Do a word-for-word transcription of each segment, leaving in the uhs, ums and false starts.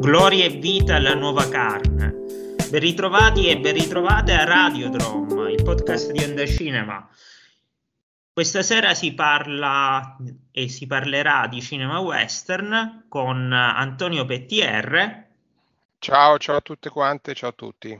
Gloria e vita alla nuova carne. Ben ritrovati e ben ritrovate a Radiodrome, il podcast di Onda Cinema. Questa sera si parla e si parlerà di cinema western con Antonio Pettier. Ciao, ciao a tutte quante, ciao a tutti.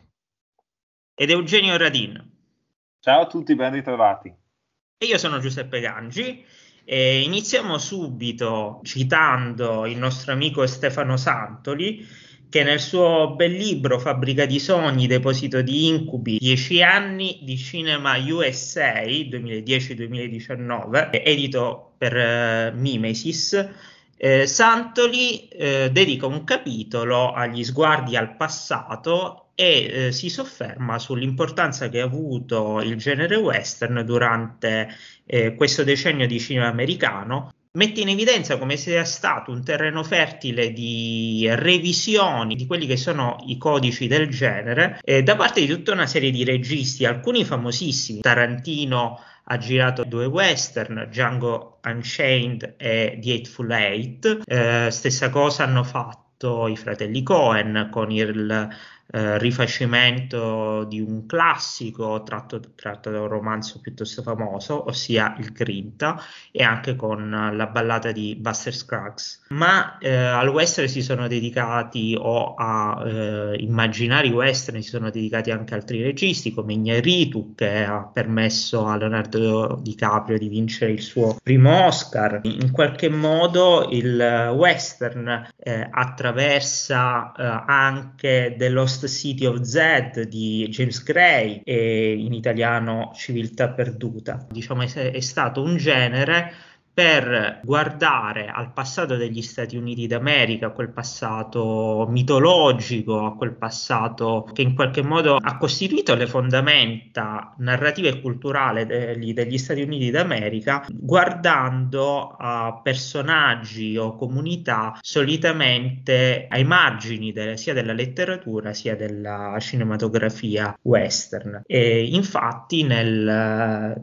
Ed Eugenio Radin. Ciao a tutti, ben ritrovati. E io sono Giuseppe Gangi. E iniziamo subito citando il nostro amico Stefano Santoli, che nel suo bel libro Fabbrica di sogni, deposito di incubi, dieci anni di cinema U S A duemiladieci duemiladiciannove, edito per eh, Mimesis, eh, Santoli eh, dedica un capitolo agli sguardi al passato e eh, si sofferma sull'importanza che ha avuto il genere western durante eh, questo decennio di cinema americano. Mette in evidenza come sia stato un terreno fertile di revisioni di quelli che sono i codici del genere eh, da parte di tutta una serie di registi, alcuni famosissimi. Tarantino ha girato due western, Django Unchained e The Hateful Eight. Eh, stessa cosa hanno fatto i fratelli Coen con il eh, rifacimento di un classico tratto, tratto da un romanzo piuttosto famoso, ossia il Grinta, e anche con la ballata di Buster Scruggs. Ma eh, al western si sono dedicati, o a eh, immaginari western si sono dedicati anche altri registi come Iñárritu, che ha permesso a Leonardo DiCaprio di vincere il suo primo Oscar. In qualche modo il western eh, attraversa eh, anche The Lost City of Z di James Gray, e in italiano Civiltà perduta. Diciamo è, è stato un genere per guardare al passato degli Stati Uniti d'America, a quel passato mitologico, a quel passato che in qualche modo ha costituito le fondamenta narrative e culturali degli, degli Stati Uniti d'America, guardando a personaggi o comunità solitamente ai margini de- sia della letteratura sia della cinematografia western. E infatti nel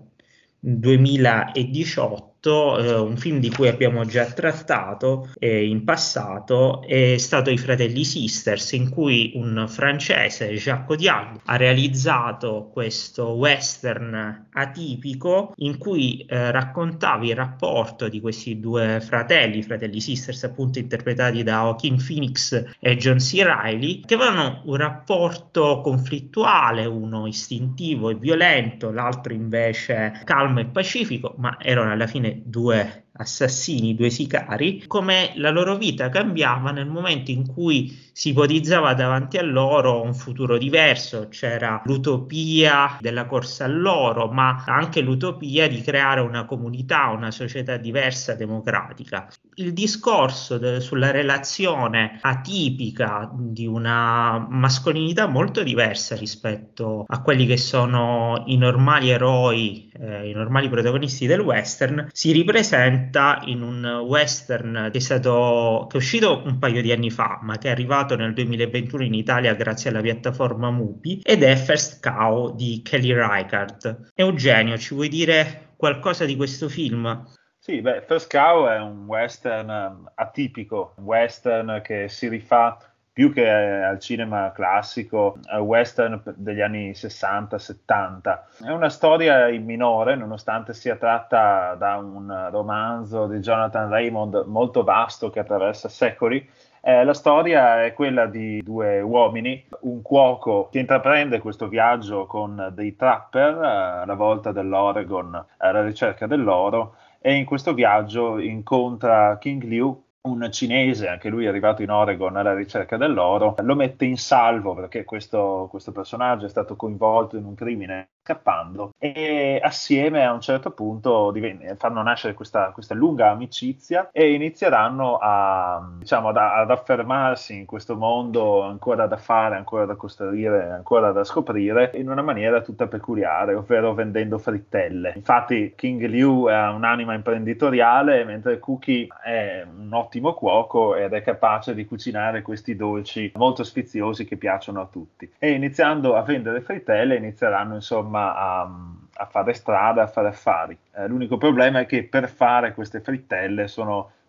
duemiladiciotto eh, un film di cui abbiamo già trattato eh, in passato è stato I Fratelli Sisters, in cui un francese, Jacques Audiard, ha realizzato questo western atipico in cui eh, raccontava il rapporto di questi due fratelli, i Fratelli Sisters appunto interpretati da Joaquin Phoenix e John C. Reilly, che avevano un rapporto conflittuale, uno istintivo e violento, l'altro invece calmo e pacifico, ma erano alla fine due assassini, due sicari. Come la loro vita cambiava nel momento in cui si ipotizzava davanti a loro un futuro diverso. C'era l'utopia della corsa all'oro, ma anche l'utopia di creare una comunità, una società diversa, democratica. Il discorso de- sulla relazione atipica di una mascolinità molto diversa rispetto a quelli che sono i normali eroi, eh, i normali protagonisti del western, si ripresenta in un western che è stato che è uscito un paio di anni fa, ma che è arrivato nel duemilaventuno in Italia grazie alla piattaforma Mubi, ed è First Cow di Kelly Reichardt. Eugenio, ci vuoi dire qualcosa di questo film? Sì, beh, First Cow è un western um, atipico, un western che si rifà più che al cinema classico, al western degli anni sessanta settanta. È una storia in minore, nonostante sia tratta da un romanzo di Jonathan Raymond molto vasto che attraversa secoli. Eh, la storia è quella di due uomini, un cuoco che intraprende questo viaggio con dei trapper eh, alla volta dell'Oregon alla ricerca dell'oro, e in questo viaggio incontra King Liu, un cinese, anche lui è arrivato in Oregon alla ricerca dell'oro. Lo mette in salvo perché questo, questo personaggio è stato coinvolto in un crimine scappando, e assieme a un certo punto divenne, fanno nascere questa, questa lunga amicizia e inizieranno a, diciamo, ad, ad affermarsi in questo mondo ancora da fare, ancora da costruire, ancora da scoprire, in una maniera tutta peculiare, ovvero vendendo frittelle. Infatti King Liu ha un'anima imprenditoriale, mentre Cookie è un ottimo cuoco ed è capace di cucinare questi dolci molto sfiziosi che piacciono a tutti. E iniziando a vendere frittelle inizieranno insomma A, a fare strada, a fare affari. Eh, l'unico problema è che per fare queste frittelle sono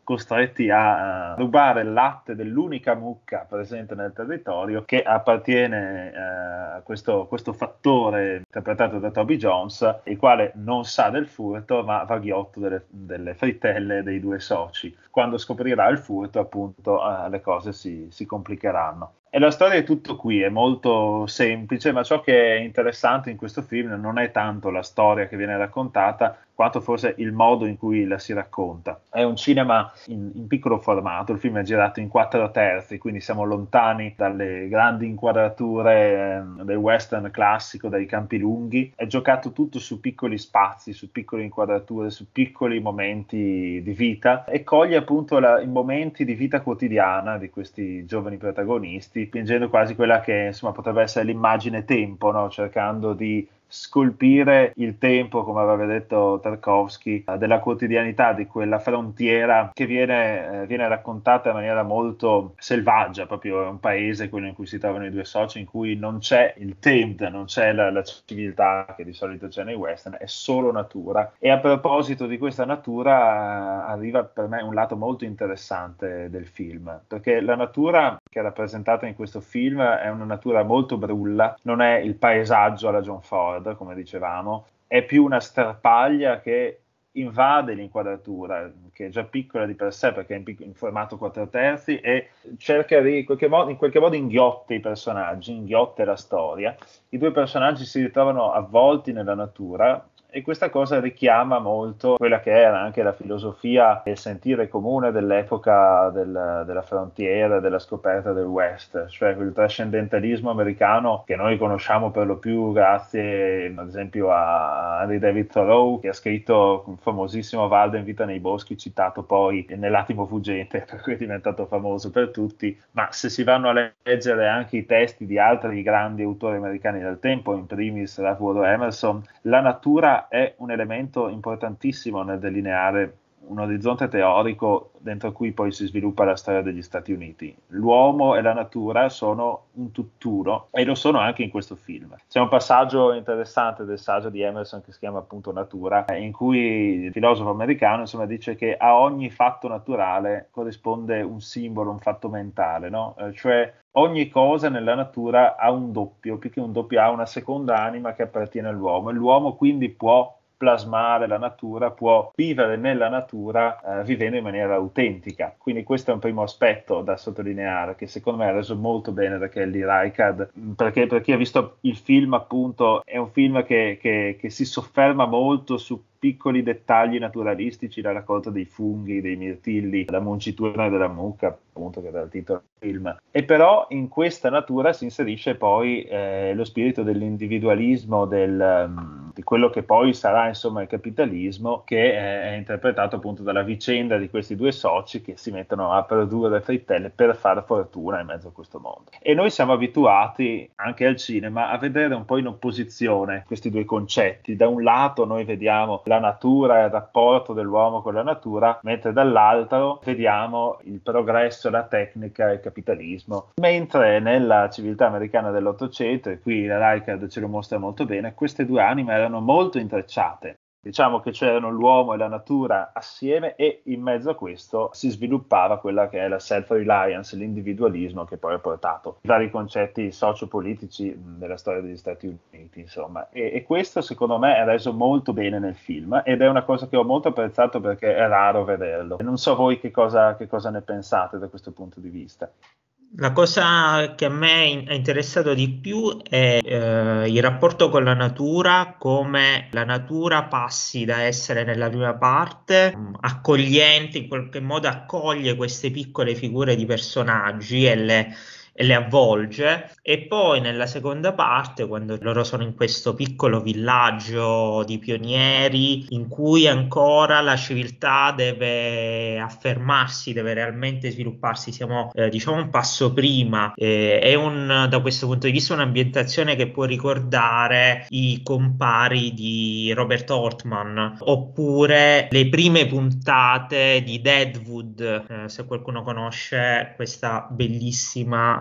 costretti a uh, rubare il latte dell'unica mucca presente nel territorio, che appartiene uh, a questo, questo fattore interpretato da Toby Jones, il quale non sa del furto ma va ghiotto delle, delle frittelle dei due soci. Quando scoprirà il furto, appunto, uh, le cose si, si complicheranno. E la storia è tutto qui, è molto semplice, ma ciò che è interessante in questo film non è tanto la storia che viene raccontata, quanto forse il modo in cui la si racconta. È un cinema in, in piccolo formato, il film è girato in quattro terzi, quindi siamo lontani dalle grandi inquadrature eh, del western classico, dai campi lunghi. È giocato tutto su piccoli spazi, su piccole inquadrature, su piccoli momenti di vita, e coglie appunto la, i momenti di vita quotidiana di questi giovani protagonisti, dipingendo quasi quella che insomma potrebbe essere l'immagine tempo, no? Cercando di scolpire il tempo, come aveva detto Tarkovsky, della quotidianità, di quella frontiera che viene, eh, viene raccontata in maniera molto selvaggia. Proprio è un paese, quello in cui si trovano i due soci, in cui non c'è il tempo, non c'è la, la civiltà che di solito c'è nei western, è solo natura. E a proposito di questa natura, eh, arriva per me un lato molto interessante del film, perché la natura che è rappresentata in questo film è una natura molto brulla, non è il paesaggio alla John Ford, come dicevamo, è più una sterpaglia che invade l'inquadratura, che è già piccola di per sé perché è in, pic- in formato quattro terzi, e cerca di, in qualche modo, in qualche modo inghiotte i personaggi, inghiotte la storia. I due personaggi si ritrovano avvolti nella natura, e questa cosa richiama molto quella che era anche la filosofia e il sentire comune dell'epoca del, della frontiera, della scoperta del West, cioè quel trascendentalismo americano che noi conosciamo per lo più grazie ad esempio a Henry David Thoreau, che ha scritto un famosissimo Walden Vita nei boschi, citato poi nell'Attimo fuggente, per cui è diventato famoso per tutti. Ma se si vanno a leggere anche i testi di altri grandi autori americani del tempo, in primis Ralph Waldo Emerson, la natura è un elemento importantissimo nel delineare un orizzonte teorico dentro cui poi si sviluppa la storia degli Stati Uniti. L'uomo e la natura sono un tutt'uno, e lo sono anche in questo film. C'è un passaggio interessante del saggio di Emerson che si chiama appunto Natura, in cui il filosofo americano insomma dice che a ogni fatto naturale corrisponde un simbolo, un fatto mentale, no? Eh, cioè ogni cosa nella natura ha un doppio, più che un doppio ha una seconda anima che appartiene all'uomo, e l'uomo quindi può plasmare la natura, può vivere nella natura eh, vivendo in maniera autentica. Quindi questo è un primo aspetto da sottolineare, che secondo me è reso molto bene da Kelly Reichardt, perché per chi ha visto il film appunto è un film che, che, che si sofferma molto su piccoli dettagli naturalistici, la raccolta dei funghi, dei mirtilli, la muncitura della mucca, appunto, che dà il titolo del film. E però in questa natura si inserisce poi eh, lo spirito dell'individualismo, del, um, di quello che poi sarà insomma il capitalismo, che è, è interpretato appunto dalla vicenda di questi due soci che si mettono a produrre frittelle per fare fortuna in mezzo a questo mondo. E noi siamo abituati anche al cinema a vedere un po' in opposizione questi due concetti. Da un lato noi vediamo la natura e il rapporto dell'uomo con la natura, mentre dall'altro vediamo il progresso, la tecnica e il capitalismo. Mentre nella civiltà americana dell'Ottocento, e qui la Reichardt ce lo mostra molto bene, queste due anime erano molto intrecciate. Diciamo che c'erano l'uomo e la natura assieme, e in mezzo a questo si sviluppava quella che è la self-reliance, l'individualismo, che poi ha portato i vari concetti sociopolitici della storia degli Stati Uniti, insomma. E, e questo secondo me è reso molto bene nel film, ed è una cosa che ho molto apprezzato perché è raro vederlo. Non so voi che cosa, che cosa ne pensate da questo punto di vista. La cosa che a me ha interessato di più è eh, il rapporto con la natura, come la natura passi da essere nella prima parte accogliente, in qualche modo accoglie queste piccole figure di personaggi e le, e le avvolge, e poi nella seconda parte, quando loro sono in questo piccolo villaggio di pionieri in cui ancora la civiltà deve affermarsi, deve realmente svilupparsi, siamo eh, diciamo un passo prima, eh, è un, da questo punto di vista un'ambientazione che può ricordare i compari di Robert Altman, oppure le prime puntate di Deadwood, eh, se qualcuno conosce questa bellissima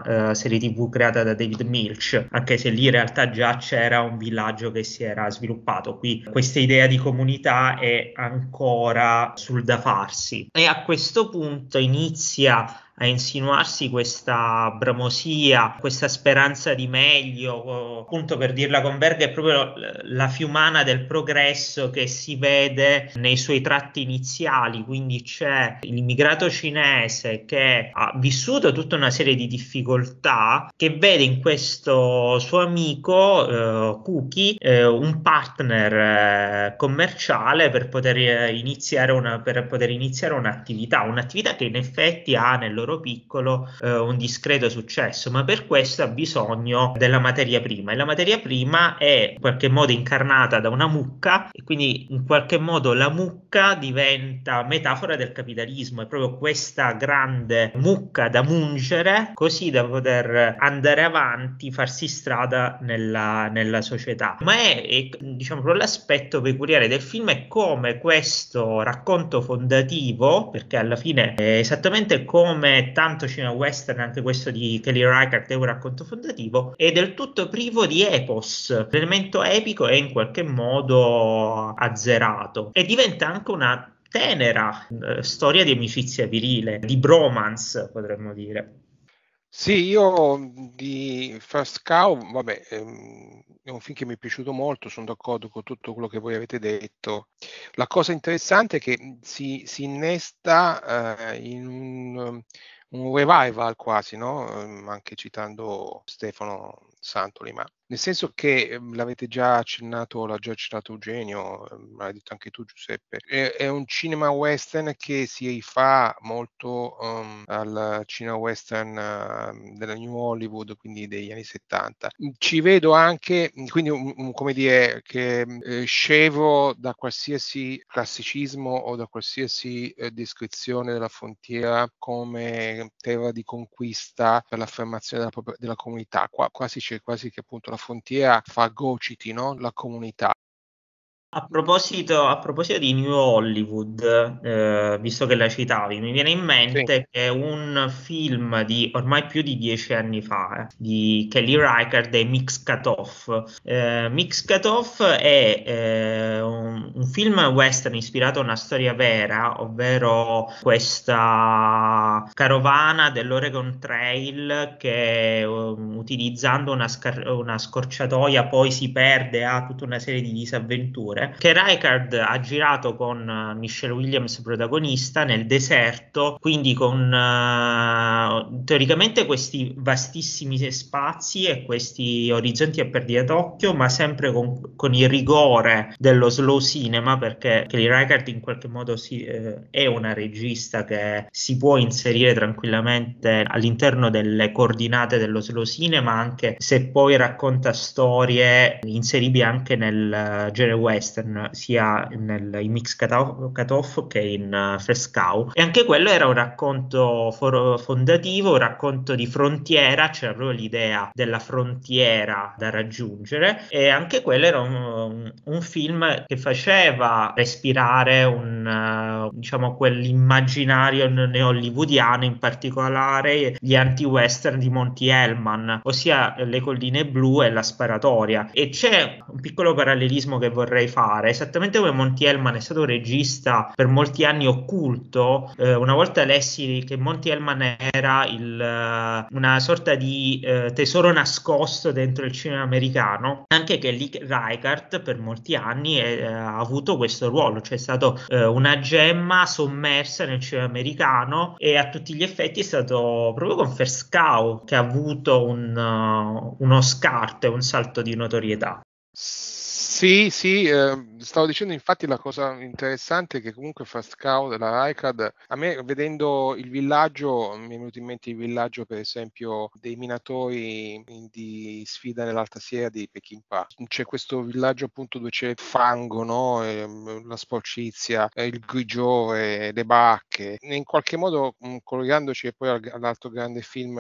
una uh, serie tivù creata da David Milch, anche se lì in realtà già c'era un villaggio che si era sviluppato. Qui questa idea di comunità è ancora sul da farsi, e a questo punto inizia a insinuarsi questa bramosia, questa speranza di meglio. Appunto, per dirla con Berg, è proprio la fiumana del progresso che si vede nei suoi tratti iniziali. Quindi c'è l'immigrato cinese che ha vissuto tutta una serie di difficoltà, che vede in questo suo amico eh, Cookie eh, un partner eh, commerciale per poter eh, iniziare una, per poter iniziare un'attività, un'attività che in effetti ha nel loro piccolo eh, un discreto successo, ma per questo ha bisogno della materia prima, e la materia prima è in qualche modo incarnata da una mucca, e quindi in qualche modo la mucca diventa metafora del capitalismo. È proprio questa grande mucca da mungere, così da poter andare avanti, farsi strada nella, nella società. Ma è, è diciamo proprio l'aspetto peculiare del film, è come questo racconto fondativo, perché alla fine è esattamente come tanto cinema western, anche questo di Kelly Reichardt è un racconto fondativo, è del tutto privo di epos. L'elemento epico è in qualche modo azzerato e diventa anche una tenera eh, storia di amicizia virile, di bromance, potremmo dire. Sì, io di First Cow, vabbè, ehm, è un film che mi è piaciuto molto, sono d'accordo con tutto quello che voi avete detto. La cosa interessante è che si, si innesta eh, in un, un revival quasi, no? Ehm, Anche citando Stefano Santoli, ma nel senso che ehm, l'avete già accennato, l'ha già accennato Eugenio, ehm, l'hai detto anche tu Giuseppe, è, è un cinema western che si rifà molto um, al cinema western uh, della New Hollywood, quindi degli anni settanta. Ci vedo anche, quindi un, un, come dire, che eh, scevo da qualsiasi classicismo o da qualsiasi eh, descrizione della frontiera come terra di conquista per l'affermazione della, della comunità. Qua quasi c'è quasi che appunto la frontiera fagociti, no? La comunità. A proposito, a proposito di New Hollywood, eh, visto che la citavi, mi viene in Sì. mente che un film di ormai più di dieci anni fa, eh, di Kelly Reichardt, è Mix Cut Off. Eh, Mix Cut Off è eh, un, un film western ispirato a una storia vera, ovvero questa carovana dell'Oregon Trail che um, utilizzando una, scar- una scorciatoia poi si perde, ha tutta una serie di disavventure, che Reichardt ha girato con Michelle Williams protagonista nel deserto, quindi con uh, teoricamente questi vastissimi spazi e questi orizzonti a perdita d'occhio, ma sempre con, con il rigore dello slow cinema, perché Kelly Reichardt in qualche modo si, eh, è una regista che si può inserire tranquillamente all'interno delle coordinate dello slow cinema, anche se poi racconta storie inseribili anche nel uh, genere western, sia nel, in Mix Cut Off che in uh, First Cow. E anche quello era un racconto for- fondativo, un racconto di frontiera, c'era proprio l'idea della frontiera da raggiungere, e anche quello era un, un film che faceva respirare un, uh, diciamo, quell'immaginario neo-hollywoodiano, in particolare gli anti-western di Monty Hellman, ossia Le colline blu e La sparatoria. E c'è un piccolo parallelismo che vorrei fare, esattamente come Monty Hellman è stato un regista per molti anni occulto. Eh, una volta lessi che Monty Hellman era il, uh, una sorta di uh, tesoro nascosto dentro il cinema americano, anche che Lee Reichardt per molti anni è, uh, ha avuto questo ruolo, cioè è stato uh, una gemma sommersa nel cinema americano, e a tutti gli effetti è stato proprio con First Cow che ha avuto un, uh, uno scarto e un salto di notorietà. Sì, sì, eh, stavo dicendo infatti la cosa interessante è che comunque First Cow della Reichardt, a me vedendo il villaggio, mi è venuto in mente il villaggio per esempio dei minatori di Sfida nell'Alta Sierra di Peckinpah. C'è questo villaggio appunto dove c'è fango, no? E, la sporcizia, il grigiore, le bacche. In qualche modo, mh, collegandoci poi all'altro grande film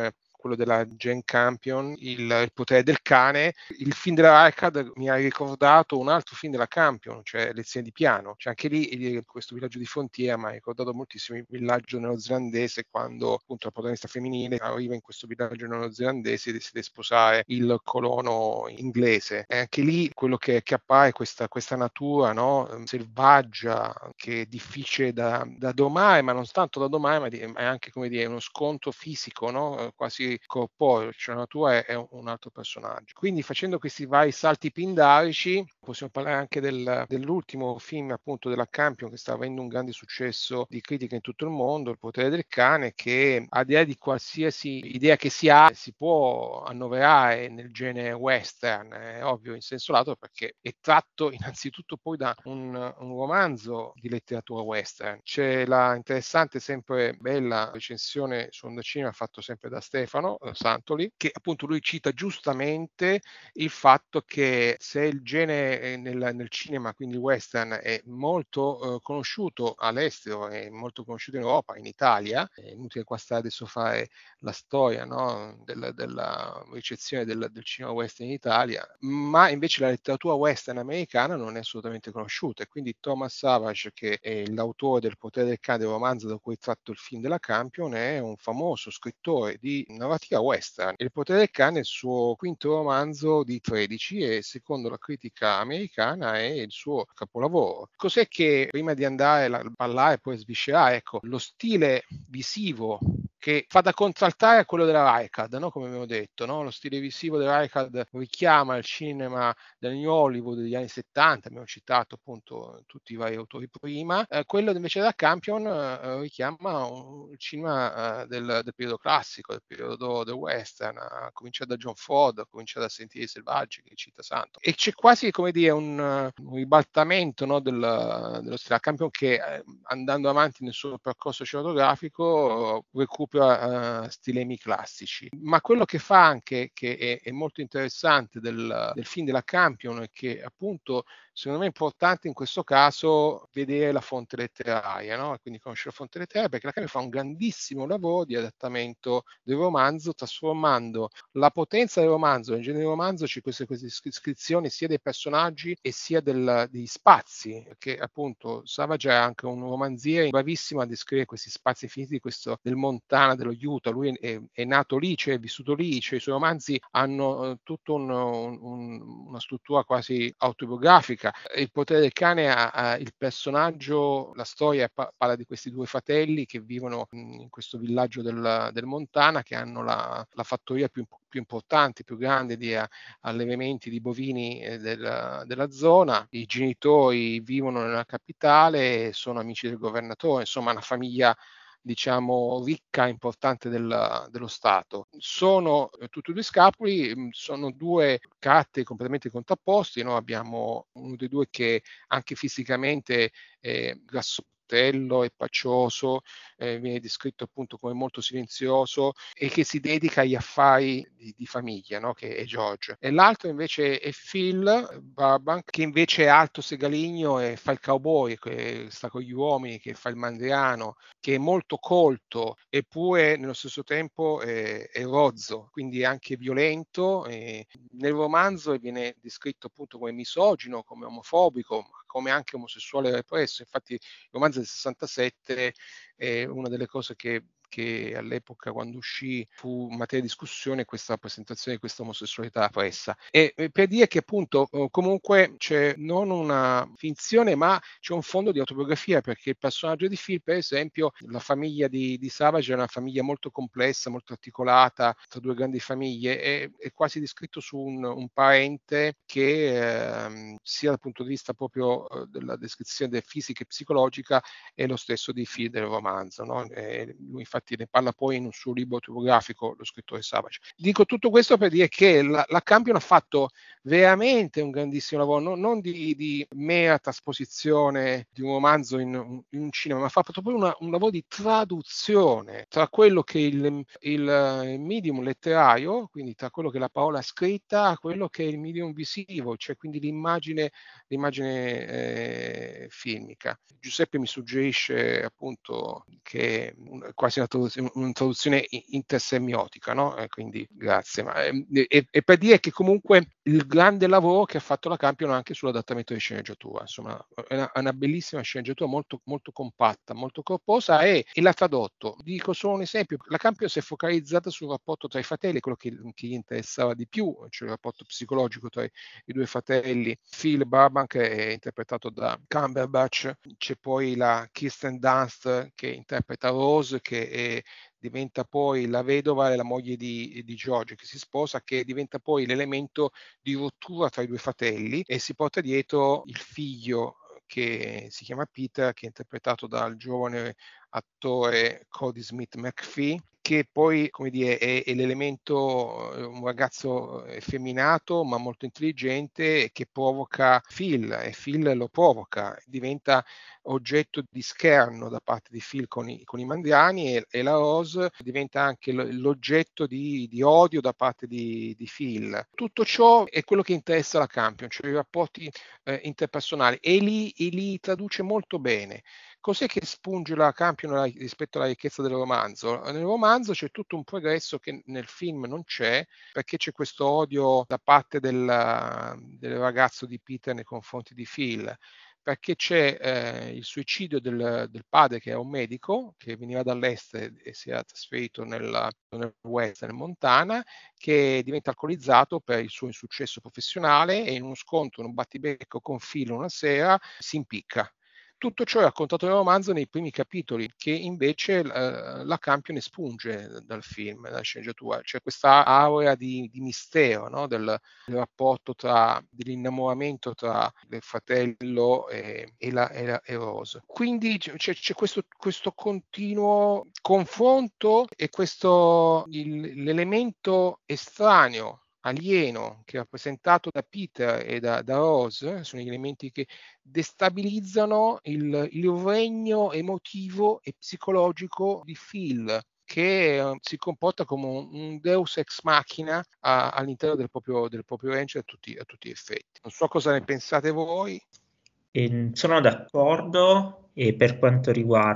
quello della Jane Campion, il, il potere del cane. Il film della Rijkaard mi ha ricordato un altro film della Campion, cioè Lezioni di piano. Cioè anche lì questo villaggio di frontiera mi ha ricordato moltissimo il villaggio neozelandese, quando appunto la protagonista femminile arriva in questo villaggio neozelandese e decide di sposare il colono inglese. E anche lì quello che, che appare è questa, questa natura, no? Selvaggia, che è difficile da, da domare, ma non tanto da domare, ma, di, ma è anche, come dire, uno scontro fisico, no? Quasi corporeo, cioè la natura è, è un altro personaggio. Quindi facendo questi vari salti pindarici possiamo parlare anche del, dell'ultimo film appunto della Campion, che sta avendo un grande successo di critica in tutto il mondo, Il potere del cane, che a di là di qualsiasi idea che si ha si può annoverare nel genere western, è ovvio in senso lato, perché è tratto innanzitutto poi da un, un romanzo di letteratura western. C'è la interessante, sempre bella recensione su Onda Cinema fatto sempre da Stefano Santoli, che appunto lui cita giustamente il fatto che se il genere nel, nel cinema, quindi il western, è molto eh, conosciuto all'estero, è molto conosciuto in Europa, in Italia, è inutile qua stare adesso a fare la storia, no? Del, della ricezione del, del cinema western in Italia, ma invece la letteratura western americana non è assolutamente conosciuta, e quindi Thomas Savage, che è l'autore del Potere del cane, del romanzo da cui è tratto il film della Campion, è un famoso scrittore di narrativa western. Il Potere del cane è il suo quinto romanzo di tredici e secondo la critica americana è il suo capolavoro. Cos'è che, prima di andare a parlare e poi sviscerare, ecco, lo stile visivo che fa da contraltare a quello della Rijkaard, no? Come abbiamo detto, no? Lo stile visivo della Rijkaard richiama il cinema del New Hollywood degli anni settanta, abbiamo citato appunto tutti i vari autori prima, eh, quello invece della Campion eh, richiama un, il cinema eh, del, del periodo classico, del periodo del western, a cominciare da John Ford, a cominciare da Sentieri selvaggi, che cita Santo. E c'è quasi, come dire, un, un ribaltamento, no, del, dello stile. La Campion che eh, andando avanti nel suo percorso cinematografico recupera Uh, stilemi classici, ma quello che fa anche, che è, è molto interessante del, del film della Campion, è che appunto secondo me è importante in questo caso vedere la fonte letteraria, no? Quindi conoscere la fonte letteraria, perché la Campion fa un grandissimo lavoro di adattamento del romanzo, trasformando la potenza del romanzo. Nel genere romanzo c'è queste, queste iscrizioni sia dei personaggi e sia del, degli spazi, perché appunto Savage è anche un romanziere bravissimo a descrivere questi spazi finiti, questo del montano, dello Utah. Lui è, è nato lì, cioè è vissuto lì, cioè i suoi romanzi hanno uh, tutta un, un, una struttura quasi autobiografica. Il potere del cane ha, ha il personaggio, la storia pa- parla di questi due fratelli che vivono in questo villaggio del, del Montana, che hanno la, la fattoria più, più importante, più grande di uh, allevamenti di bovini eh, del, della zona. I genitori vivono nella capitale, sono amici del governatore, insomma una famiglia diciamo ricca, importante del, dello Stato. Sono eh, tutti e due scapoli, sono due caratteri completamente contrapposti, no? Abbiamo uno dei due che anche fisicamente è grassottello e paccioso, eh, viene descritto appunto come molto silenzioso e che si dedica agli affari di, di famiglia, no? Che è George. E l'altro invece è Phil Burbank, che invece è alto segaligno e fa il cowboy, che sta con gli uomini, che fa il mandiano, che è molto colto, eppure nello stesso tempo è, è rozzo, quindi anche violento. E nel romanzo viene descritto appunto come misogino, come omofobico, ma come anche omosessuale represso. Infatti il romanzo del sessantasette è una delle cose che che all'epoca, quando uscì, fu materia di discussione questa rappresentazione di questa omosessualità repressa. E, e per dire che appunto comunque c'è non una finzione, ma c'è un fondo di autobiografia, perché il personaggio di Phil, per esempio, la famiglia di, di Savage è una famiglia molto complessa, molto articolata, tra due grandi famiglie, e è quasi descritto su un, un parente che eh, sia dal punto di vista proprio eh, della descrizione del fisica e psicologica è lo stesso di Phil del romanzo, no? E lui infatti ne parla poi in un suo libro autobiografico, lo scrittore Savage. Dico tutto questo per dire che la, la Campion ha fatto veramente un grandissimo lavoro, no, non di, di mera trasposizione di un romanzo in, in un cinema, ma ha fatto proprio una, un lavoro di traduzione tra quello che è il, il medium letterario, quindi tra quello che è la parola scritta, a quello che è il medium visivo, cioè quindi l'immagine, l'immagine eh, filmica. Giuseppe mi suggerisce appunto che un, quasi una traduzione, una traduzione intersemiotica, no? Eh, quindi grazie. Ma, e, e per dire che comunque il grande lavoro che ha fatto la Campion anche sull'adattamento di sceneggiatura, insomma, è una, una bellissima sceneggiatura molto, molto compatta, molto corposa e, e l'ha tradotto. Dico solo un esempio, la Campion si è focalizzata sul rapporto tra i fratelli, quello che, che gli interessava di più, cioè il rapporto psicologico tra i, i due fratelli. Phil Burbank è interpretato da Cumberbatch, c'è poi la Kirsten Dunst che interpreta Rose, che è, diventa poi la vedova e la moglie di, di George, che si sposa, che diventa poi l'elemento di rottura tra i due fratelli e si porta dietro il figlio che si chiama Peter, che è interpretato dal giovane attore Cody Smith McPhee, che poi, come dire, è, è l'elemento, un ragazzo effeminato ma molto intelligente che provoca Phil, e Phil lo provoca, diventa oggetto di scherno da parte di Phil con i, con i mandiani e, e la Rose diventa anche l'oggetto di, di odio da parte di, di Phil. Tutto ciò è quello che interessa la Campion, cioè i rapporti eh, interpersonali, e li, e li traduce molto bene. Cos'è che spunge la Campion rispetto alla ricchezza del romanzo? Nel romanzo c'è tutto un progresso che nel film non c'è, perché c'è questo odio da parte del, del ragazzo di Peter nei confronti di Phil, perché c'è eh, il suicidio del, del padre, che è un medico, che veniva dall'est e si era trasferito nel, nel West, nel Montana, che diventa alcolizzato per il suo insuccesso professionale e in uno scontro, in un battibecco con Phil una sera, si impicca. Tutto ciò è raccontato nel romanzo nei primi capitoli, che invece eh, la Campion espunge dal film, dalla sceneggiatura. C'è questa aura di, di mistero, no? del, del rapporto tra, dell'innamoramento tra il fratello e, e, la, e, la, e Rose. Quindi c'è, c'è questo, questo continuo confronto e questo il, l'elemento estraneo, alieno, che è rappresentato da Peter e da, da Rose, sono gli elementi che destabilizzano il, il regno emotivo e psicologico di Phil, che uh, si comporta come un, un deus ex machina a, all'interno del proprio, del proprio range a tutti, a tutti gli effetti. Non so cosa ne pensate voi. E sono d'accordo, e per quanto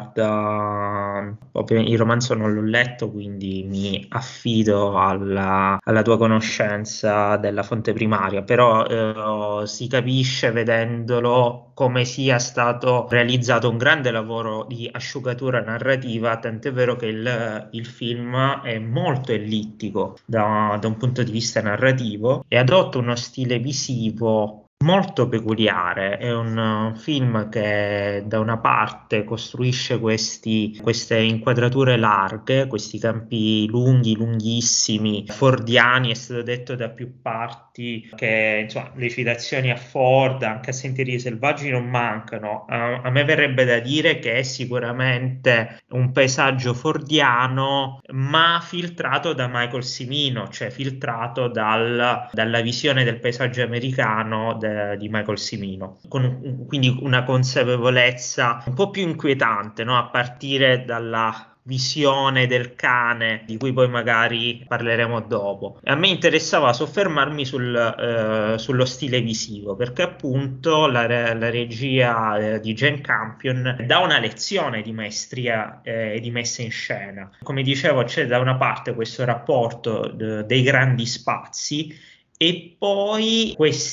riguarda il romanzo non l'ho letto, quindi mi affido alla, alla tua conoscenza della fonte primaria, però eh, si capisce vedendolo come sia stato realizzato un grande lavoro di asciugatura narrativa, tant'è vero che il, il film è molto ellittico da, da un punto di vista narrativo e adotta uno stile visivo molto peculiare. È un uh, film che da una parte costruisce questi, queste inquadrature larghe, questi campi lunghi, lunghissimi, fordiani. È stato detto da più parti che insomma, le citazioni a Ford, anche a Sentieri Selvaggi, non mancano. Uh, a me verrebbe da dire che è sicuramente un paesaggio fordiano, ma filtrato da Michael Cimino, cioè filtrato dal, dalla visione del paesaggio americano de, di Michael Cimino, con quindi una consapevolezza un po' più inquietante, no? A partire dalla visione del cane, di cui poi magari parleremo dopo. A me interessava soffermarmi sul, eh, sullo stile visivo, perché appunto la, la regia eh, di Jane Campion dà una lezione di maestria e eh, di messa in scena. Come dicevo, c'è da una parte questo rapporto de, dei grandi spazi, e poi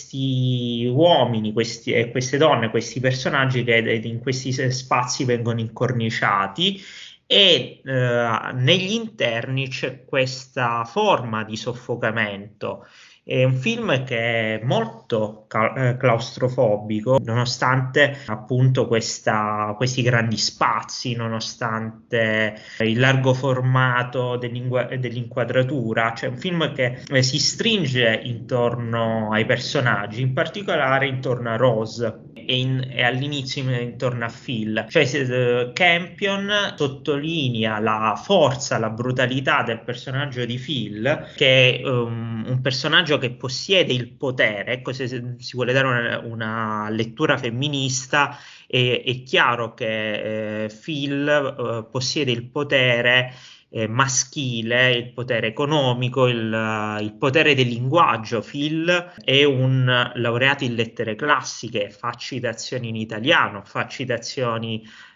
questi uomini questi, e queste donne, questi personaggi che in questi spazi vengono incorniciati, e eh, negli interni c'è questa forma di soffocamento. È un film che è molto ca- claustrofobico, nonostante appunto questa, questi grandi spazi, nonostante il largo formato dell'inquadratura. C'è un film che eh, si stringe intorno ai personaggi, in particolare intorno a Rose e, in, e all'inizio intorno a Phil. Cioè uh, Campion sottolinea la forza, la brutalità del personaggio di Phil, che è um, un personaggio che possiede il potere. Ecco, se, se si vuole dare una, una lettura femminista, è, è chiaro che eh, Phil eh, possiede il potere eh, maschile, il potere economico, il, il potere del linguaggio. Phil è un laureato in lettere classiche, fa citazioni in italiano, fa citazioni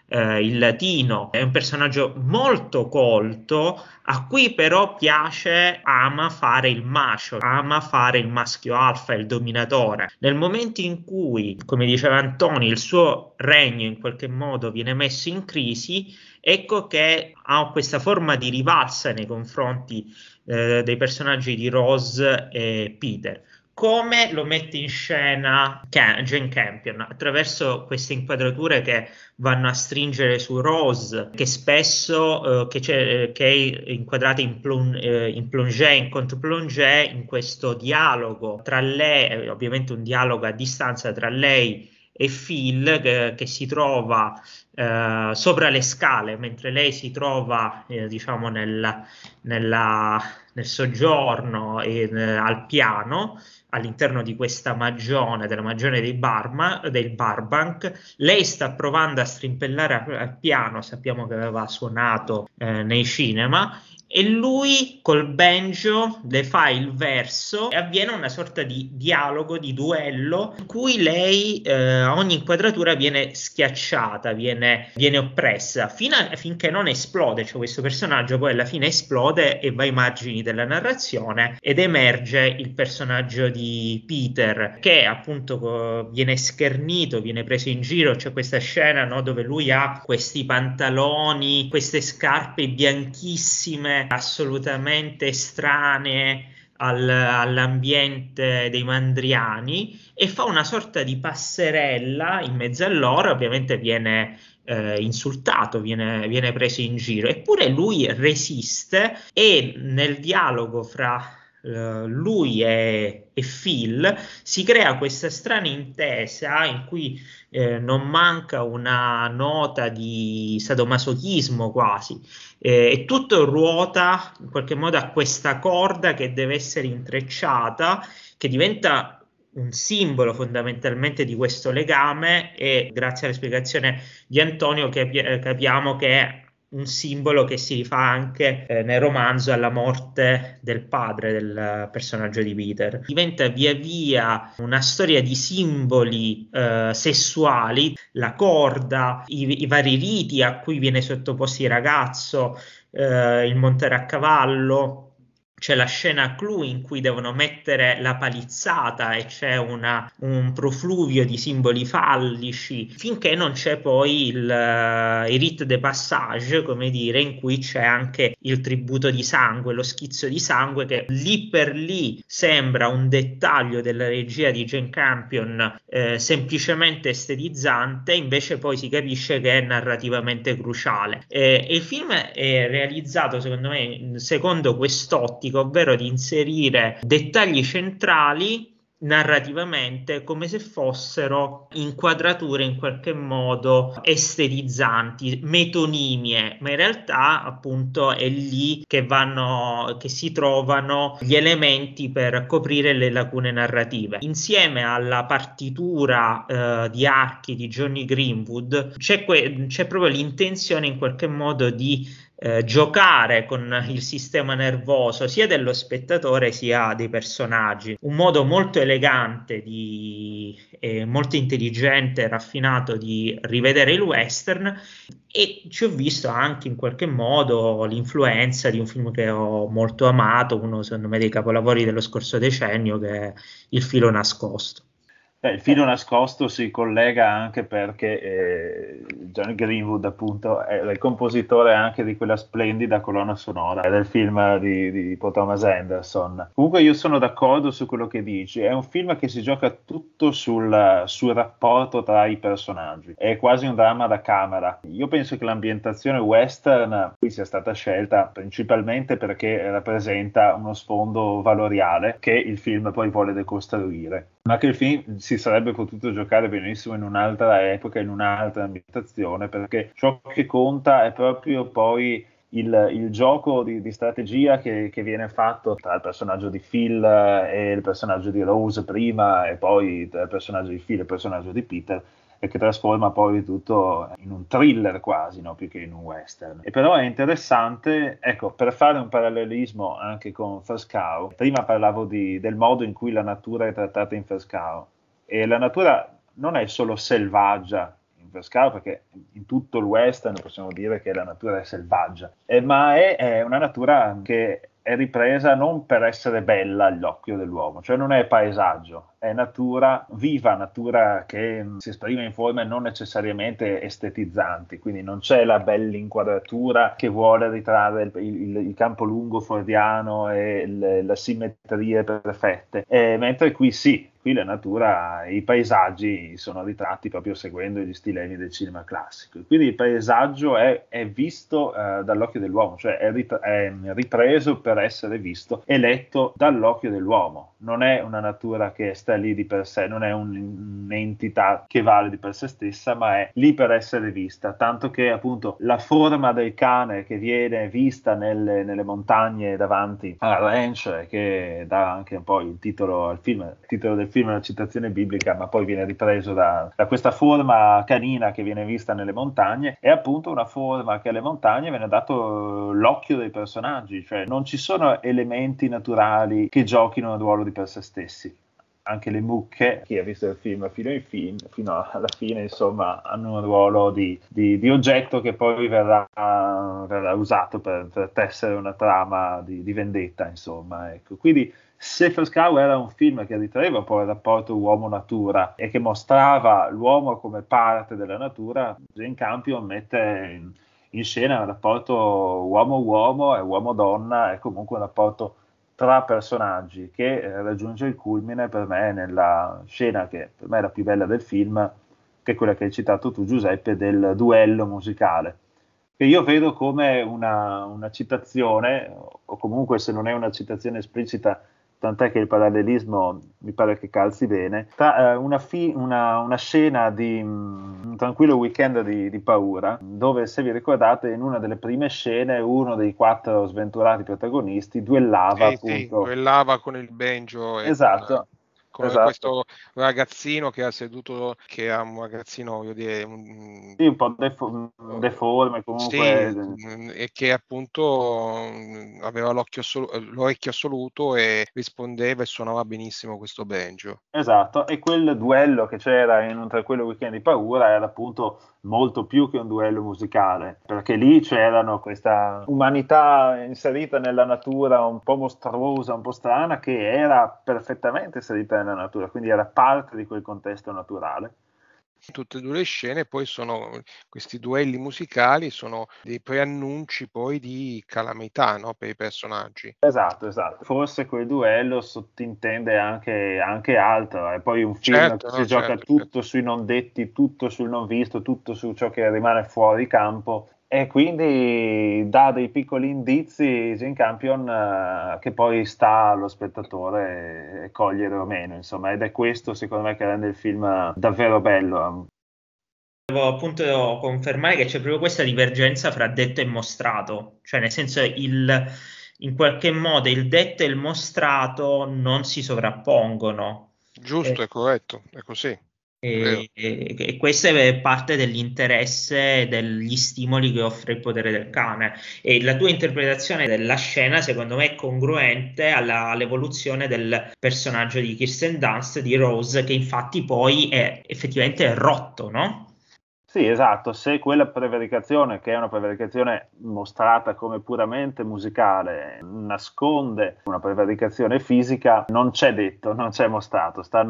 eh, il latino, è un personaggio molto colto, a cui però piace, ama fare il macho, ama fare il maschio alfa, il dominatore. Nel momento in cui, come diceva Antonio, il suo regno in qualche modo viene messo in crisi, ecco che ha questa forma di rivalsa nei confronti eh, dei personaggi di Rose e Peter. Come lo mette in scena Jane Campion? Attraverso queste inquadrature che vanno a stringere su Rose, che spesso eh, che, c'è, che è inquadrata in, plon, eh, in plongé, in contre-plongé, in questo dialogo tra lei, ovviamente un dialogo a distanza tra lei e Phil, che, che si trova eh, sopra le scale, mentre lei si trova eh, diciamo nel, nella, nel soggiorno in, al piano, all'interno di questa magione, della magione dei Barma, del Barbank. Lei sta provando a strimpellare al piano, sappiamo che aveva suonato eh, nei cinema, e lui col banjo le fa il verso e avviene una sorta di dialogo, di duello, in cui lei eh, a ogni inquadratura viene schiacciata, viene, viene oppressa, fino a, finché non esplode. Cioè questo personaggio poi alla fine esplode e va ai margini della narrazione ed emerge il personaggio di Peter, che appunto viene schernito, viene preso in giro. C'è questa scena, no, dove lui ha questi pantaloni, queste scarpe bianchissime, assolutamente estranee al, all'ambiente dei Mandriani, e fa una sorta di passerella in mezzo a loro. Ovviamente viene eh, insultato, viene, viene preso in giro, eppure lui resiste, e nel dialogo fra Uh, lui e, e Phil si crea questa strana intesa in cui eh, non manca una nota di sadomasochismo quasi, eh, e tutto ruota in qualche modo a questa corda che deve essere intrecciata, che diventa un simbolo fondamentalmente di questo legame, e grazie alla spiegazione di Antonio capi- capiamo che è un simbolo che si rifà anche eh, nel romanzo alla morte del padre del personaggio di Peter. Diventa via via una storia di simboli eh, sessuali, la corda, i, i vari riti a cui viene sottoposto il ragazzo, eh, il montare a cavallo. C'è la scena clou in cui devono mettere la palizzata e c'è una, un profluvio di simboli fallici, finché non c'è poi il, uh, il rite de passage, come dire, in cui c'è anche il tributo di sangue, lo schizzo di sangue, che lì per lì sembra un dettaglio della regia di Jane Campion eh, semplicemente estetizzante, invece poi si capisce che è narrativamente cruciale. Eh, e il film è realizzato, secondo me, secondo quest'ottica, ovvero di inserire dettagli centrali narrativamente come se fossero inquadrature in qualche modo estetizzanti, metonimie, ma in realtà appunto è lì che vanno, che si trovano gli elementi per coprire le lacune narrative. Insieme alla partitura eh, di archi di Johnny Greenwood c'è, que- c'è proprio l'intenzione in qualche modo di Eh, giocare con il sistema nervoso sia dello spettatore sia dei personaggi. Un modo molto elegante, di, eh, molto intelligente e raffinato di rivedere il western, e ci ho visto anche in qualche modo l'influenza di un film che ho molto amato, uno secondo me dei capolavori dello scorso decennio, che è Il filo nascosto. Eh, il filo nascosto si collega anche perché eh, Johnny Greenwood appunto è il compositore anche di quella splendida colonna sonora del film di, di Paul Thomas Anderson. Comunque io sono d'accordo su quello che dici, è un film che si gioca tutto sul, sul rapporto tra i personaggi, è quasi un dramma da camera. Io penso che l'ambientazione western qui sia stata scelta principalmente perché rappresenta uno sfondo valoriale che il film poi vuole decostruire, ma che il film si sarebbe potuto giocare benissimo in un'altra epoca, in un'altra ambientazione, perché ciò che conta è proprio poi il, il gioco di, di strategia che, che viene fatto tra il personaggio di Phil e il personaggio di Rose prima, e poi tra il personaggio di Phil e il personaggio di Peter, e che trasforma poi tutto in un thriller quasi, no? Più che in un western. E però è interessante, ecco, per fare un parallelismo anche con First Cow, prima parlavo di, del modo in cui la natura è trattata in First Cow, e la natura non è solo selvaggia in First Cow, perché in tutto il western possiamo dire che la natura è selvaggia, eh, ma è, è una natura che è ripresa non per essere bella all'occhio dell'uomo, cioè non è paesaggio, è natura viva, natura che si esprime in forme non necessariamente estetizzanti, quindi non c'è la bella inquadratura che vuole ritrarre il, il, il campo lungo fordiano e le, le simmetrie perfette, eh, mentre qui sì. Qui la natura, i paesaggi sono ritratti proprio seguendo gli stilemi del cinema classico. Quindi il paesaggio è, è visto eh, dall'occhio dell'uomo, cioè è, rit- è ripreso per essere visto e letto dall'occhio dell'uomo. Non è una natura che sta lì di per sé, non è un, un'entità che vale di per sé stessa, ma è lì per essere vista. Tanto che appunto la forma del cane che viene vista nelle, nelle montagne davanti al ranch, che dà anche un po' il titolo al film, il titolo del film è una citazione biblica, ma poi viene ripreso da, da questa forma canina che viene vista nelle montagne, è appunto una forma che alle montagne viene dato l'occhio dei personaggi, cioè non ci sono elementi naturali che giochino un ruolo di per sé stessi. Anche le mucche, chi ha visto il film fino, in fin, fino alla fine, insomma, hanno un ruolo di, di, di oggetto che poi verrà, verrà usato per, per tessere una trama di, di vendetta, insomma. Ecco. Quindi se First Cow era un film che ritraeva un po' il rapporto uomo-natura e che mostrava l'uomo come parte della natura, Jane Campion mette in, in scena un rapporto uomo-uomo e uomo-donna, è comunque un rapporto tra personaggi che eh, raggiunge il culmine per me nella scena che per me è la più bella del film, che è quella che hai citato tu, Giuseppe, del duello musicale, che io vedo come una, una citazione, o comunque se non è una citazione esplicita, tant'è che il parallelismo mi pare che calzi bene, tra eh, una, fi- una, una scena di um, un tranquillo weekend di, di paura, dove se vi ricordate in una delle prime scene uno dei quattro sventurati protagonisti duellava Sì, sì, appunto. duellava con il banjo e con, Esatto, con esatto. questo ragazzino che ha seduto, che è un ragazzino, voglio dire, un, Sì, un po' defo- deforme comunque. sì, mh, e che appunto mh, aveva l'occhio assolu- l'orecchio assoluto e rispondeva e suonava benissimo questo banjo. Esatto, e quel duello che c'era in un tranquillo weekend di paura era appunto molto più che un duello musicale, perché lì c'erano questa umanità inserita nella natura un po' mostruosa, un po' strana, che era perfettamente inserita nella natura, quindi era parte di quel contesto naturale. Tutte e due le scene poi sono questi duelli musicali, sono dei preannunci poi di calamità, no, per i personaggi. Esatto, esatto. Forse quel duello sottintende anche, anche altro. È poi un film che Certo, si no, gioca certo, certo. tutto sui non detti, tutto sul non visto, tutto su ciò che rimane fuori campo. E quindi dà dei piccoli indizi Jane Campion eh, che poi sta allo spettatore cogliere o meno, insomma, ed è questo secondo me che rende il film davvero bello. Devo appunto confermare che c'è proprio questa divergenza fra detto e mostrato, cioè nel senso il, in qualche modo il detto e il mostrato non si sovrappongono. Giusto, Eh, è corretto, è così, è vero. E, e- e questo è parte dell'interesse e degli stimoli che offre il potere del cane. E la tua interpretazione della scena, secondo me, è congruente alla- all'evoluzione del personaggio di Kirsten Dunst, di Rose, che infatti poi è effettivamente rotto, no? Sì, esatto, se quella prevaricazione, che è una prevaricazione mostrata come puramente musicale, nasconde una prevaricazione fisica, non c'è detto, non c'è mostrato, sta a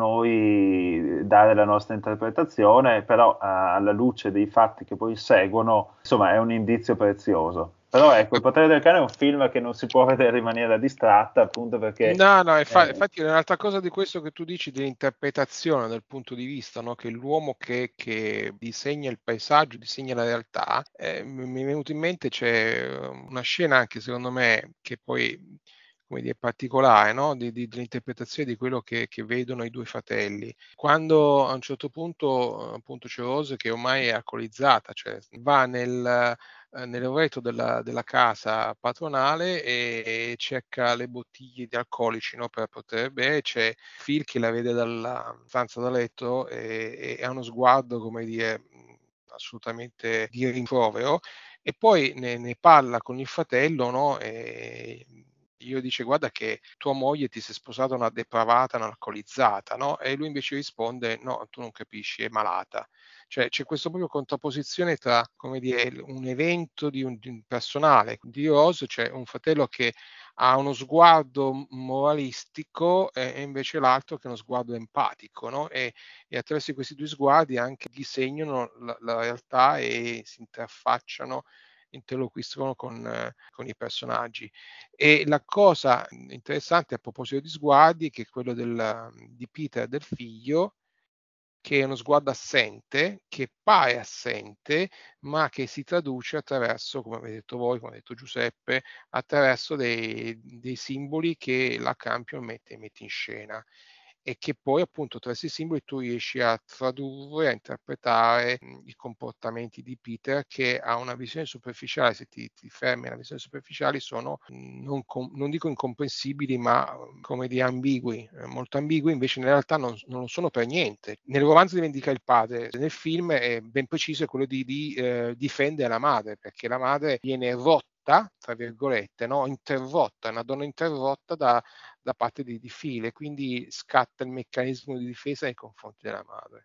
noi dare la nostra interpretazione, però eh, alla luce dei fatti che poi seguono, insomma, è un indizio prezioso. Però ecco, Il potere del cane è un film che non si può vedere in maniera distratta, appunto perché No, no, infa- eh, infatti è un'altra cosa di questo che tu dici dell'interpretazione dal punto di vista, no? Che l'uomo che, che disegna il paesaggio, disegna la realtà, eh, mi mi è venuto in mente c'è um, una scena anche secondo me che poi come dire, particolare, no? Di, di- dell'interpretazione di quello che, che vedono i due fratelli. Quando a un certo punto appunto c'è Rose che ormai è alcolizzata, cioè va nel eh, nell'ovetto della, della casa patronale e, e cerca le bottiglie di alcolici, no, per poter bere. C'è Phil che la vede dalla stanza da letto e, e ha uno sguardo, come dire, mh, assolutamente di rimprovero, e poi ne, ne parla con il fratello, no, e io dice guarda che tua moglie ti sei sposata una depravata, un'alcolizzata, no? E lui invece risponde no, tu non capisci, è malata. Cioè c'è questa proprio contrapposizione tra, come dire, un evento di un, di un personale di Rose, cioè un fratello che ha uno sguardo moralistico e invece l'altro che è uno sguardo empatico, no? E, e attraverso questi due sguardi anche disegnano la, la realtà e si interfacciano, interloquiscono con, eh, con i personaggi. E la cosa interessante a proposito di sguardi è che quello del, di Peter e del figlio, che è uno sguardo assente, che pare assente, ma che si traduce attraverso, come avete detto voi, come ha detto Giuseppe, attraverso dei, dei simboli che la Campion mette, mette in scena, e che poi appunto attraverso i simboli tu riesci a tradurre, a interpretare mh, i comportamenti di Peter, che ha una visione superficiale. Se ti, ti fermi alla visione superficiale sono mh, non, com- non dico incomprensibili, ma come dire ambigui, eh, molto ambigui. Invece in realtà non, non lo sono per niente. Nel romanzo di Vendicare il padre, nel film è ben preciso, è quello di, di eh, difendere la madre, perché la madre viene rotta, tra virgolette, no? Interrotta, è una donna interrotta da, da parte di, di Phil, quindi scatta il meccanismo di difesa nei confronti della madre.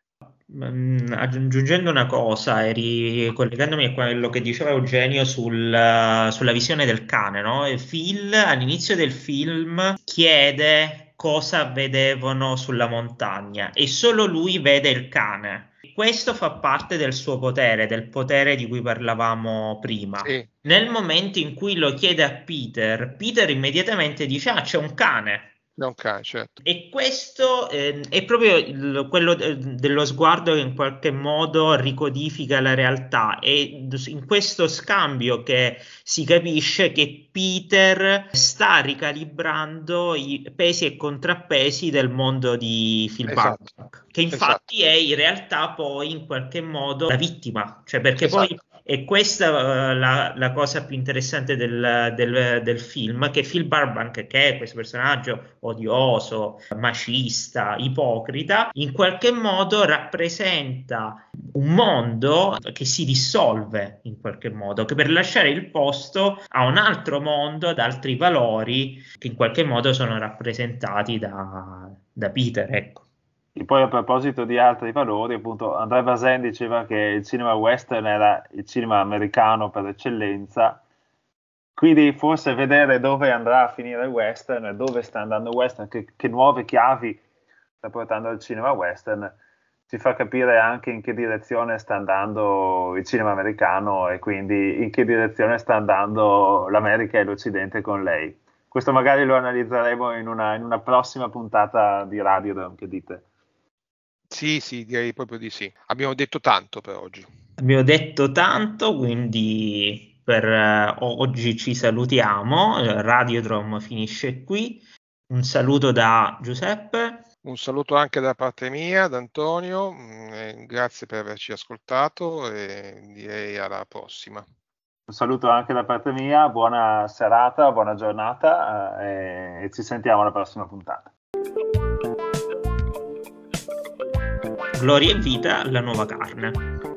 Mm, aggiungendo una cosa e ricollegandomi a quello che diceva Eugenio sul- sulla visione del cane, no? E Phil all'inizio del film chiede cosa vedevano sulla montagna e solo lui vede il cane. Questo fa parte del suo potere, del potere di cui parlavamo prima. Sì. Nel momento in cui lo chiede a Peter, Peter immediatamente dice: ah, c'è un cane. Non cane, certo. E questo eh, è proprio il- quello de- dello sguardo che in qualche modo ricodifica la realtà. È in questo scambio che si capisce che Peter sta ricalibrando i pesi e contrappesi del mondo di Phil Esatto. Barback, che infatti Esatto. è in realtà poi in qualche modo la vittima, cioè perché Esatto. poi è questa uh, la, la cosa più interessante del, del, del film, che Phil Burbank, che è questo personaggio odioso, macista, ipocrita, in qualche modo rappresenta un mondo che si dissolve in qualche modo, che per lasciare il posto a un altro mondo, ad altri valori che in qualche modo sono rappresentati da, da Peter, ecco. E poi a proposito di altri valori, appunto, André Bazin diceva che il cinema western era il cinema americano per eccellenza, quindi forse vedere dove andrà a finire il western, dove sta andando il western, che, che nuove chiavi sta portando il cinema western, ci fa capire anche in che direzione sta andando il cinema americano e quindi in che direzione sta andando l'America e l'Occidente con lei. Questo magari lo analizzeremo in una, in una prossima puntata di Radiodrome, che dite? Sì, sì, direi proprio di sì. Abbiamo detto tanto per oggi. Abbiamo detto tanto, quindi per uh, oggi ci salutiamo. Radiodrome finisce qui. Un saluto da Giuseppe. Un saluto anche da parte mia, da Antonio. Mm, grazie per averci ascoltato e direi alla prossima. Un saluto anche da parte mia, buona serata, buona giornata eh, e ci sentiamo alla prossima puntata. Gloria e vita, la nuova carne.